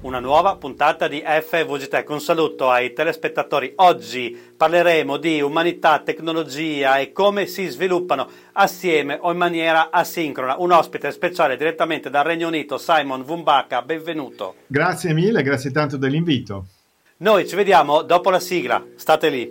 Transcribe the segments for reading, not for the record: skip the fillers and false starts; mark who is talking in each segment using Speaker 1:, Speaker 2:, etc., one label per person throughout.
Speaker 1: una nuova puntata di FVG Tech. Un saluto ai telespettatori. Oggi parleremo di umanità, tecnologia e come si sviluppano assieme o in maniera asincrona. Un ospite speciale direttamente dal Regno Unito, Simon Vumbaka, benvenuto.
Speaker 2: Grazie mille, grazie tanto dell'invito.
Speaker 1: Noi ci vediamo dopo la sigla, state lì.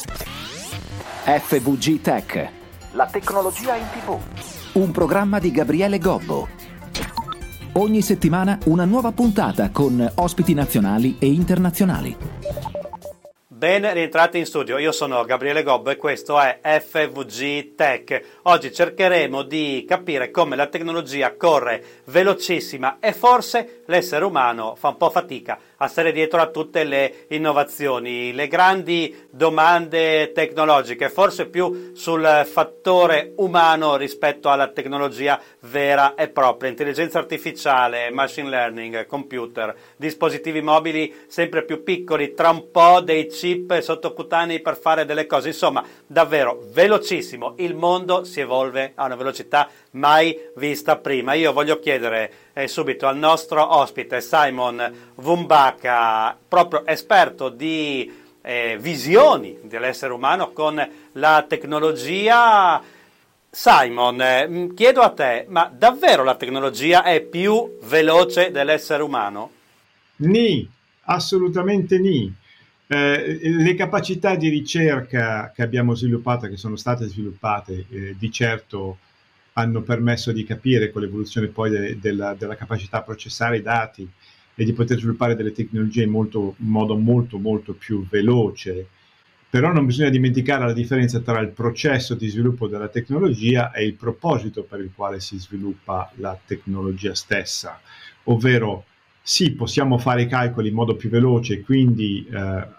Speaker 3: FVG Tech,
Speaker 4: la tecnologia in TV.
Speaker 3: Un programma di Gabriele Gobbo. Ogni settimana una nuova puntata con ospiti nazionali e internazionali.
Speaker 1: Ben rientrati in studio, io sono Gabriele Gobbo e questo è FVG Tech. Oggi cercheremo di capire come la tecnologia corre velocissima e forse l'essere umano fa un po' fatica a stare dietro a tutte le innovazioni, le grandi domande tecnologiche, forse più sul fattore umano rispetto alla tecnologia vera e propria, intelligenza artificiale, machine learning, computer, dispositivi mobili sempre più piccoli, tra un po' dei chip sottocutanei per fare delle cose, insomma davvero velocissimo, il mondo si evolve a una velocità mai vista prima. Io voglio chiedere subito al nostro ospite Simon Vumbaka, proprio esperto di visioni dell'essere umano con la tecnologia. Simon, chiedo a te, ma davvero la tecnologia è più veloce dell'essere umano?
Speaker 2: Ni, assolutamente ni. Le capacità di ricerca che abbiamo sviluppato, che sono state sviluppate, di certo hanno permesso di capire con l'evoluzione poi della capacità a processare i dati e di poter sviluppare delle tecnologie in modo molto più veloce. Però non bisogna dimenticare la differenza tra il processo di sviluppo della tecnologia e il proposito per il quale si sviluppa la tecnologia stessa, ovvero sì, possiamo fare i calcoli in modo più veloce e quindi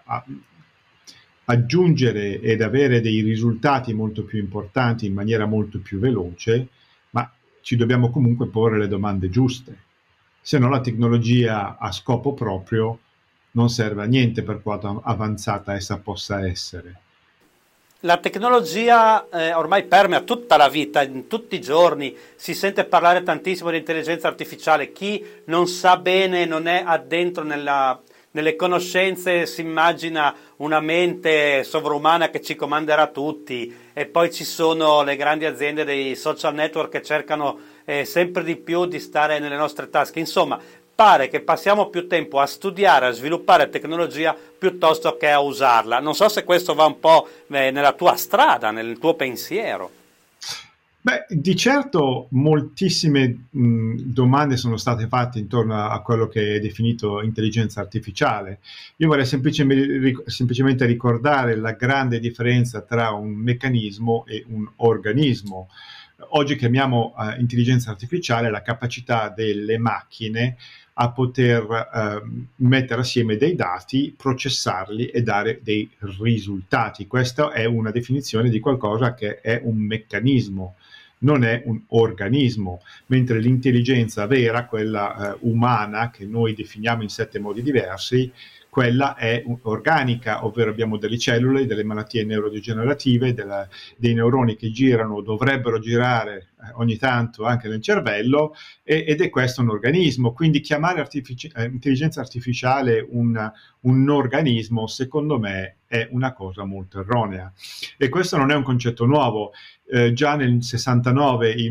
Speaker 2: aggiungere ed avere dei risultati molto più importanti in maniera molto più veloce, ma ci dobbiamo comunque porre le domande giuste. Se no la tecnologia a scopo proprio non serve a niente per quanto avanzata essa possa essere.
Speaker 1: La tecnologia ormai permea tutta la vita, in tutti i giorni si sente parlare tantissimo di intelligenza artificiale. Chi non sa bene, non è addentro nelle conoscenze, si immagina una mente sovrumana che ci comanderà tutti, e poi ci sono le grandi aziende dei social network che cercano sempre di più di stare nelle nostre tasche. Insomma, pare che passiamo più tempo a studiare, a sviluppare tecnologia piuttosto che a usarla. Non so se questo va un po' nella tua strada, nel tuo pensiero.
Speaker 2: Beh, di certo moltissime domande sono state fatte intorno a quello che è definito intelligenza artificiale. Io vorrei semplicemente ricordare la grande differenza tra un meccanismo e un organismo. Oggi chiamiamo intelligenza artificiale la capacità delle macchine a poter mettere assieme dei dati, processarli e dare dei risultati. Questa è una definizione di qualcosa che è un meccanismo, non è un organismo, mentre l'intelligenza vera, quella umana, che noi definiamo in 7 modi diversi, quella è organica, ovvero abbiamo delle cellule, delle malattie neurodegenerative, dei neuroni che girano, dovrebbero girare ogni tanto anche nel cervello, ed è questo un organismo. Quindi chiamare intelligenza artificiale un organismo, secondo me, è una cosa molto erronea. E questo non è un concetto nuovo. Già nel 69 in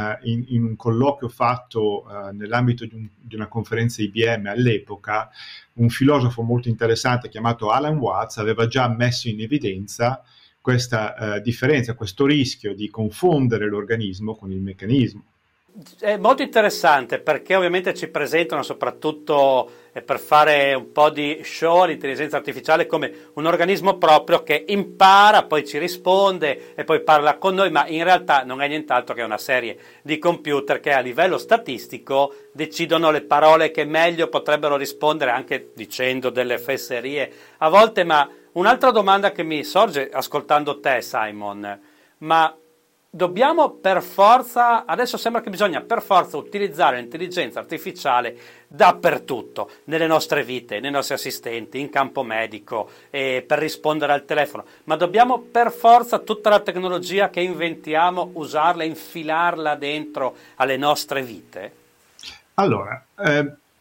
Speaker 2: un colloquio fatto nell'ambito di una conferenza IBM all'epoca, un filosofo molto interessante chiamato Alan Watts aveva già messo in evidenza questa differenza, questo rischio di confondere l'organismo con il meccanismo.
Speaker 1: È molto interessante perché ovviamente ci presentano, soprattutto per fare un po' di show, l'intelligenza artificiale come un organismo proprio che impara, poi ci risponde e poi parla con noi, ma in realtà non è nient'altro che una serie di computer che a livello statistico decidono le parole che meglio potrebbero rispondere, anche dicendo delle fesserie a volte. Ma un'altra domanda che mi sorge ascoltando te, Simon, ma dobbiamo per forza, adesso sembra che bisogna per forza utilizzare l'intelligenza artificiale dappertutto, nelle nostre vite, nei nostri assistenti, in campo medico, per rispondere al telefono, ma dobbiamo per forza tutta la tecnologia che inventiamo usarla, infilarla dentro alle nostre vite?
Speaker 2: Allora,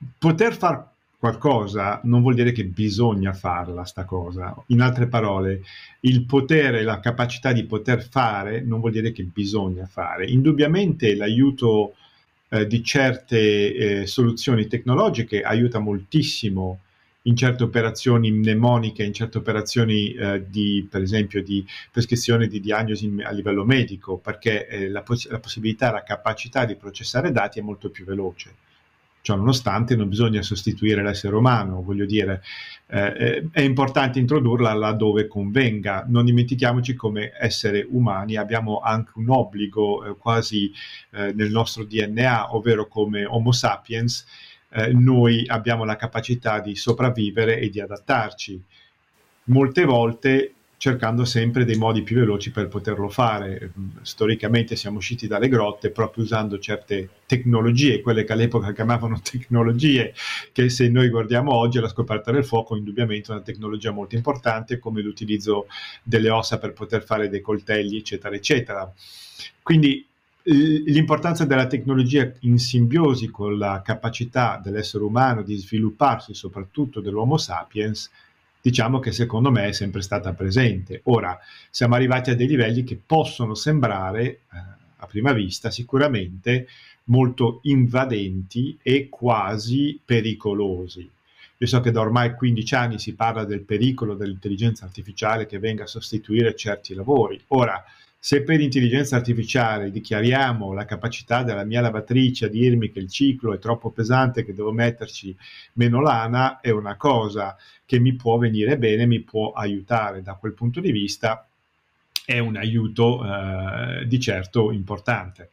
Speaker 2: poter fare qualcosa non vuol dire che bisogna farla sta cosa. In altre parole, il potere, la capacità di poter fare non vuol dire che bisogna fare. Indubbiamente l'aiuto di certe soluzioni tecnologiche aiuta moltissimo in certe operazioni mnemoniche, in certe operazioni per esempio di prescrizione di diagnosi a livello medico, perché la possibilità, la capacità di processare dati è molto più veloce. Ciò nonostante non bisogna sostituire l'essere umano, voglio dire, è importante introdurla laddove convenga. Non dimentichiamoci come esseri umani abbiamo anche un obbligo quasi nel nostro DNA, ovvero come Homo sapiens, noi abbiamo la capacità di sopravvivere e di adattarci, molte volte cercando sempre dei modi più veloci per poterlo fare. Storicamente siamo usciti dalle grotte proprio usando certe tecnologie, quelle che all'epoca chiamavano tecnologie, che se noi guardiamo oggi la scoperta del fuoco è indubbiamente una tecnologia molto importante, come l'utilizzo delle ossa per poter fare dei coltelli, eccetera, eccetera. Quindi l'importanza della tecnologia in simbiosi con la capacità dell'essere umano di svilupparsi, soprattutto dell'Homo sapiens, diciamo che secondo me è sempre stata presente. Ora siamo arrivati a dei livelli che possono sembrare a prima vista sicuramente molto invadenti e quasi pericolosi. Io so che da ormai 15 anni si parla del pericolo dell'intelligenza artificiale che venga a sostituire certi lavori. Ora, se per intelligenza artificiale dichiariamo la capacità della mia lavatrice a dirmi che il ciclo è troppo pesante, che devo metterci meno lana, è una cosa che mi può venire bene, mi può aiutare. Da quel punto di vista è un aiuto di certo importante.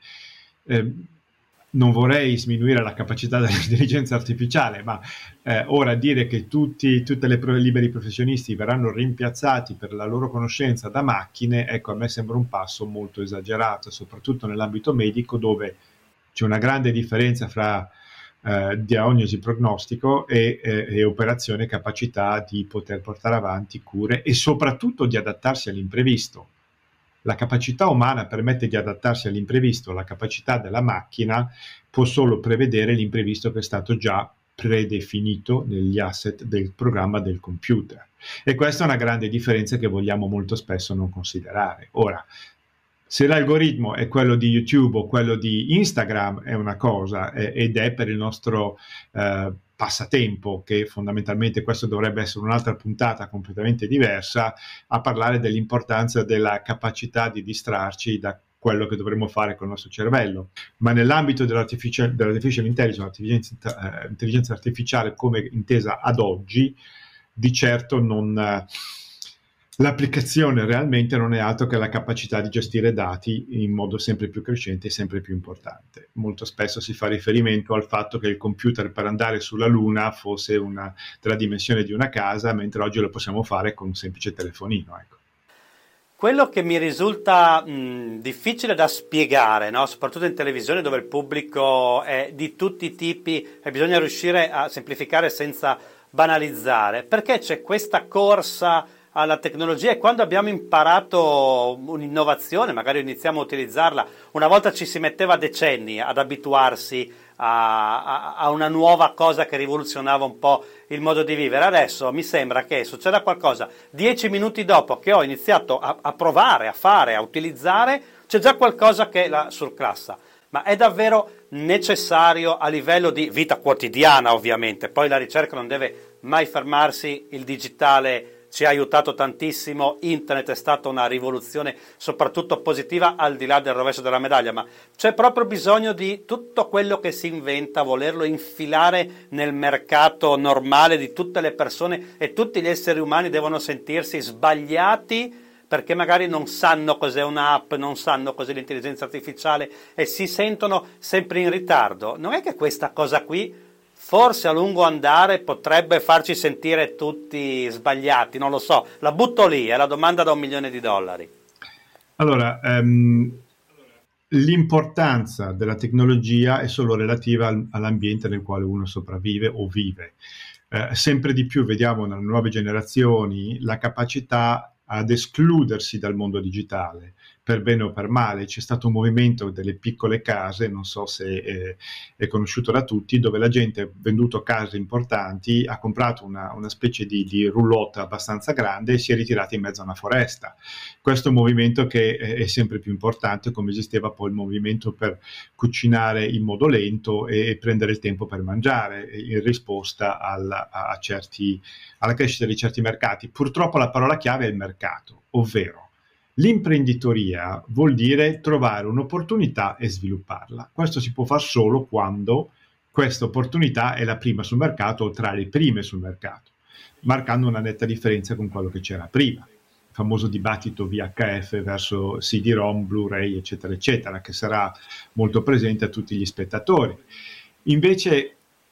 Speaker 2: Non vorrei sminuire la capacità dell'intelligenza artificiale, ma ora dire che tutte le liberi professionisti verranno rimpiazzati per la loro conoscenza da macchine, ecco, a me sembra un passo molto esagerato, soprattutto nell'ambito medico, dove c'è una grande differenza fra diagnosi, prognostico e operazione, capacità di poter portare avanti cure e soprattutto di adattarsi all'imprevisto. La capacità umana permette di adattarsi all'imprevisto, la capacità della macchina può solo prevedere l'imprevisto che è stato già predefinito negli asset del programma del computer. E questa è una grande differenza che vogliamo molto spesso non considerare. Ora, se l'algoritmo è quello di YouTube o quello di Instagram è una cosa ed è per il nostro passatempo, che fondamentalmente questo dovrebbe essere un'altra puntata completamente diversa, a parlare dell'importanza della capacità di distrarci da quello che dovremmo fare con il nostro cervello. Ma nell'ambito dell'artificial intelligence, intelligenza artificiale come intesa ad oggi, di certo l'applicazione realmente non è altro che la capacità di gestire dati in modo sempre più crescente e sempre più importante. Molto spesso si fa riferimento al fatto che il computer per andare sulla Luna fosse della dimensione di una casa, mentre oggi lo possiamo fare con un semplice telefonino. Ecco.
Speaker 1: Quello che mi risulta difficile da spiegare, no? Soprattutto in televisione dove il pubblico è di tutti i tipi e bisogna riuscire a semplificare senza banalizzare, perché c'è questa corsa alla tecnologia e quando abbiamo imparato un'innovazione, magari iniziamo a utilizzarla, una volta ci si metteva decenni ad abituarsi a una nuova cosa che rivoluzionava un po' il modo di vivere. Adesso mi sembra che succeda qualcosa 10 minuti dopo che ho iniziato a provare, a fare, a utilizzare, c'è già qualcosa che la surclassa. Ma è davvero necessario a livello di vita quotidiana, ovviamente, poi la ricerca non deve mai fermarsi, il digitale ci ha aiutato tantissimo, internet è stata una rivoluzione soprattutto positiva al di là del rovescio della medaglia, ma c'è proprio bisogno di tutto quello che si inventa, volerlo infilare nel mercato normale di tutte le persone e tutti gli esseri umani devono sentirsi sbagliati perché magari non sanno cos'è un'app, non sanno cos'è l'intelligenza artificiale e si sentono sempre in ritardo. Non è che questa cosa qui forse a lungo andare potrebbe farci sentire tutti sbagliati, non lo so, la butto lì, è la domanda da $1 milione.
Speaker 2: Allora, l'importanza della tecnologia è solo relativa all'ambiente nel quale uno sopravvive o vive. Sempre di più vediamo nelle nuove generazioni la capacità ad escludersi dal mondo digitale per bene o per male. C'è stato un movimento delle piccole case, non so se è conosciuto da tutti, dove la gente ha venduto case importanti, ha comprato una specie di roulotte abbastanza grande e si è ritirata in mezzo a una foresta. Questo è un movimento che è sempre più importante, come esisteva poi il movimento per cucinare in modo lento e prendere il tempo per mangiare, in risposta alla crescita di certi mercati. Purtroppo la parola chiave è il mercato, ovvero l'imprenditoria vuol dire trovare un'opportunità e svilupparla. Questo si può fare solo quando questa opportunità è la prima sul mercato o tra le prime sul mercato, marcando una netta differenza con quello che c'era prima. Il famoso dibattito VHF verso CD-ROM, Blu-ray, eccetera, eccetera, che sarà molto presente a tutti gli spettatori. Invece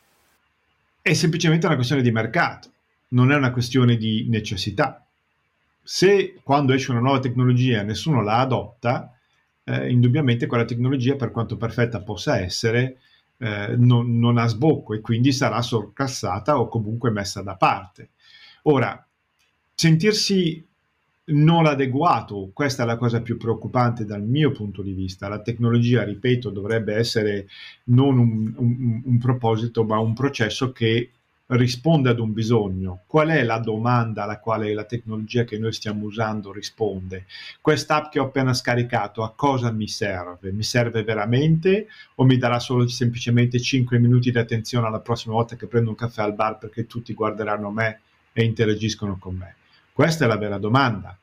Speaker 2: è semplicemente una questione di mercato, non è una questione di necessità. Se quando esce una nuova tecnologia nessuno la adotta, indubbiamente quella tecnologia, per quanto perfetta possa essere, non ha sbocco e quindi sarà sorcassata o comunque messa da parte. Ora, sentirsi non adeguato, questa è la cosa più preoccupante dal mio punto di vista. La tecnologia, ripeto, dovrebbe essere non un proposito, ma un processo che risponde ad un bisogno. Qual è la domanda alla quale la tecnologia che noi stiamo usando risponde? Quest'app che ho appena scaricato, a cosa mi serve? Mi serve veramente o mi darà solo semplicemente 5 minuti di attenzione alla prossima volta che prendo un caffè al bar perché tutti guarderanno me e interagiscono con me? Questa è la vera domanda.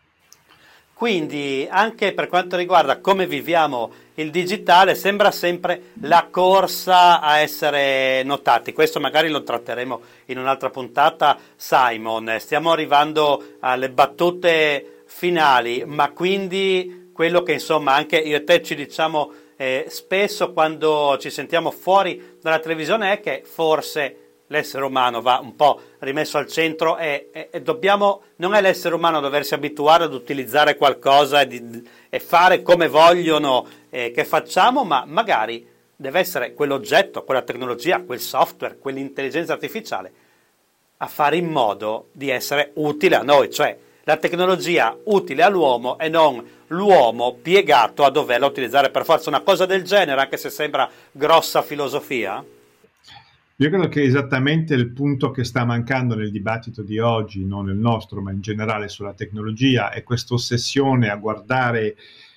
Speaker 1: Quindi anche per quanto riguarda come viviamo il digitale sembra sempre la corsa a essere notati. Questo magari lo tratteremo in un'altra puntata, Simon. Stiamo arrivando alle battute finali, ma quindi quello che insomma anche io e te ci diciamo spesso quando ci sentiamo fuori dalla televisione è che forse l'essere umano va un po' rimesso al centro e dobbiamo, non è l'essere umano a doversi abituare ad utilizzare qualcosa e fare come vogliono che facciamo, ma magari deve essere quell'oggetto, quella tecnologia, quel software, quell'intelligenza artificiale a fare in modo di essere utile a noi, cioè la tecnologia utile all'uomo e non l'uomo piegato a doverla utilizzare per forza. Una cosa del genere, anche se sembra grossa filosofia.
Speaker 2: Io credo che esattamente il punto che sta mancando nel dibattito di oggi, non nel nostro, ma in generale sulla tecnologia, è questa ossessione a guardare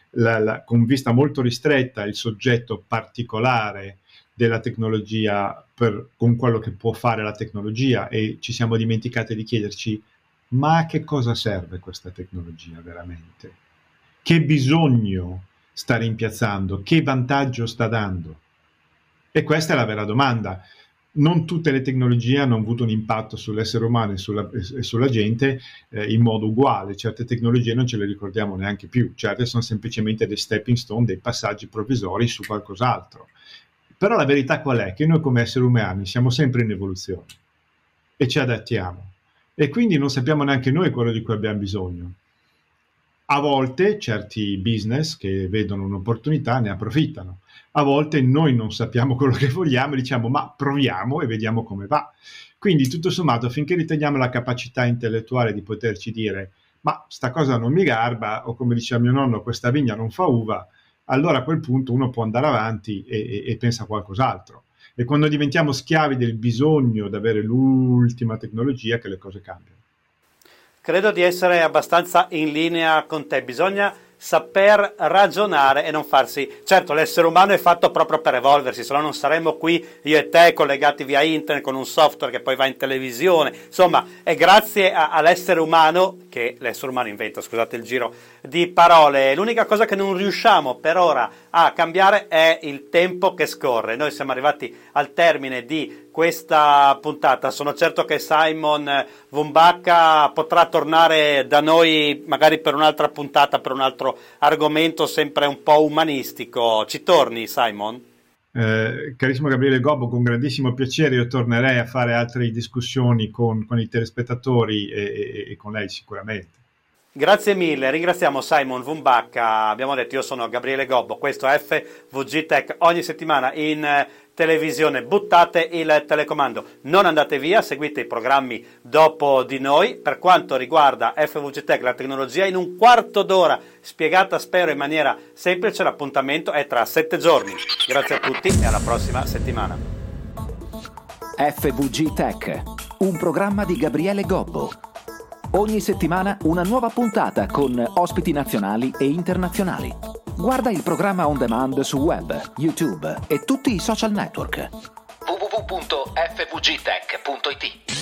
Speaker 2: con vista molto ristretta il soggetto particolare della tecnologia con quello che può fare la tecnologia, e ci siamo dimenticati di chiederci: ma a che cosa serve questa tecnologia veramente? Che bisogno sta rimpiazzando? Che vantaggio sta dando? E questa è la vera domanda. Non tutte le tecnologie hanno avuto un impatto sull'essere umano e sulla gente in modo uguale. Certe tecnologie non ce le ricordiamo neanche più, certe sono semplicemente dei stepping stone, dei passaggi provvisori su qualcos'altro. Però la verità qual è? Che noi come esseri umani siamo sempre in evoluzione e ci adattiamo, e quindi non sappiamo neanche noi quello di cui abbiamo bisogno. A volte certi business che vedono un'opportunità ne approfittano. A volte noi non sappiamo quello che vogliamo e diciamo: ma proviamo e vediamo come va. Quindi tutto sommato, finché riteniamo la capacità intellettuale di poterci dire: ma sta cosa non mi garba, o come diceva mio nonno, questa vigna non fa uva, allora a quel punto uno può andare avanti e pensa a qualcos'altro. E quando diventiamo schiavi del bisogno di avere l'ultima tecnologia, che le cose cambiano.
Speaker 1: Credo di essere abbastanza in linea con te. Bisogna saper ragionare e non farsi... Certo, l'essere umano è fatto proprio per evolversi, se no non saremmo qui io e te collegati via internet con un software che poi va in televisione. Insomma, è grazie all'essere umano che l'essere umano inventa, scusate il giro di parole. L'unica cosa che non riusciamo per ora a cambiare è il tempo che scorre. Noi siamo arrivati al termine di questa puntata. Sono certo che Simon Vumbacca potrà tornare da noi magari per un'altra puntata, per un altro argomento sempre un po' umanistico. Ci torni, Simon?
Speaker 2: Carissimo Gabriele Gobbo, con grandissimo piacere. Io tornerei a fare altre discussioni con i telespettatori e con lei sicuramente.
Speaker 1: Grazie mille, ringraziamo Simon Vumbacca. Abbiamo detto, io sono Gabriele Gobbo, questo è FVG Tech. Ogni settimana in televisione buttate il telecomando, non andate via, seguite i programmi dopo di noi. Per quanto riguarda FVG Tech, la tecnologia in un quarto d'ora, spiegata spero in maniera semplice. L'appuntamento è tra 7 giorni. Grazie a tutti e alla prossima settimana.
Speaker 3: FVG Tech, un programma di Gabriele Gobbo. Ogni settimana una nuova puntata con ospiti nazionali e internazionali. Guarda il programma on demand su web, YouTube e tutti i social network.
Speaker 5: www.fvgtech.it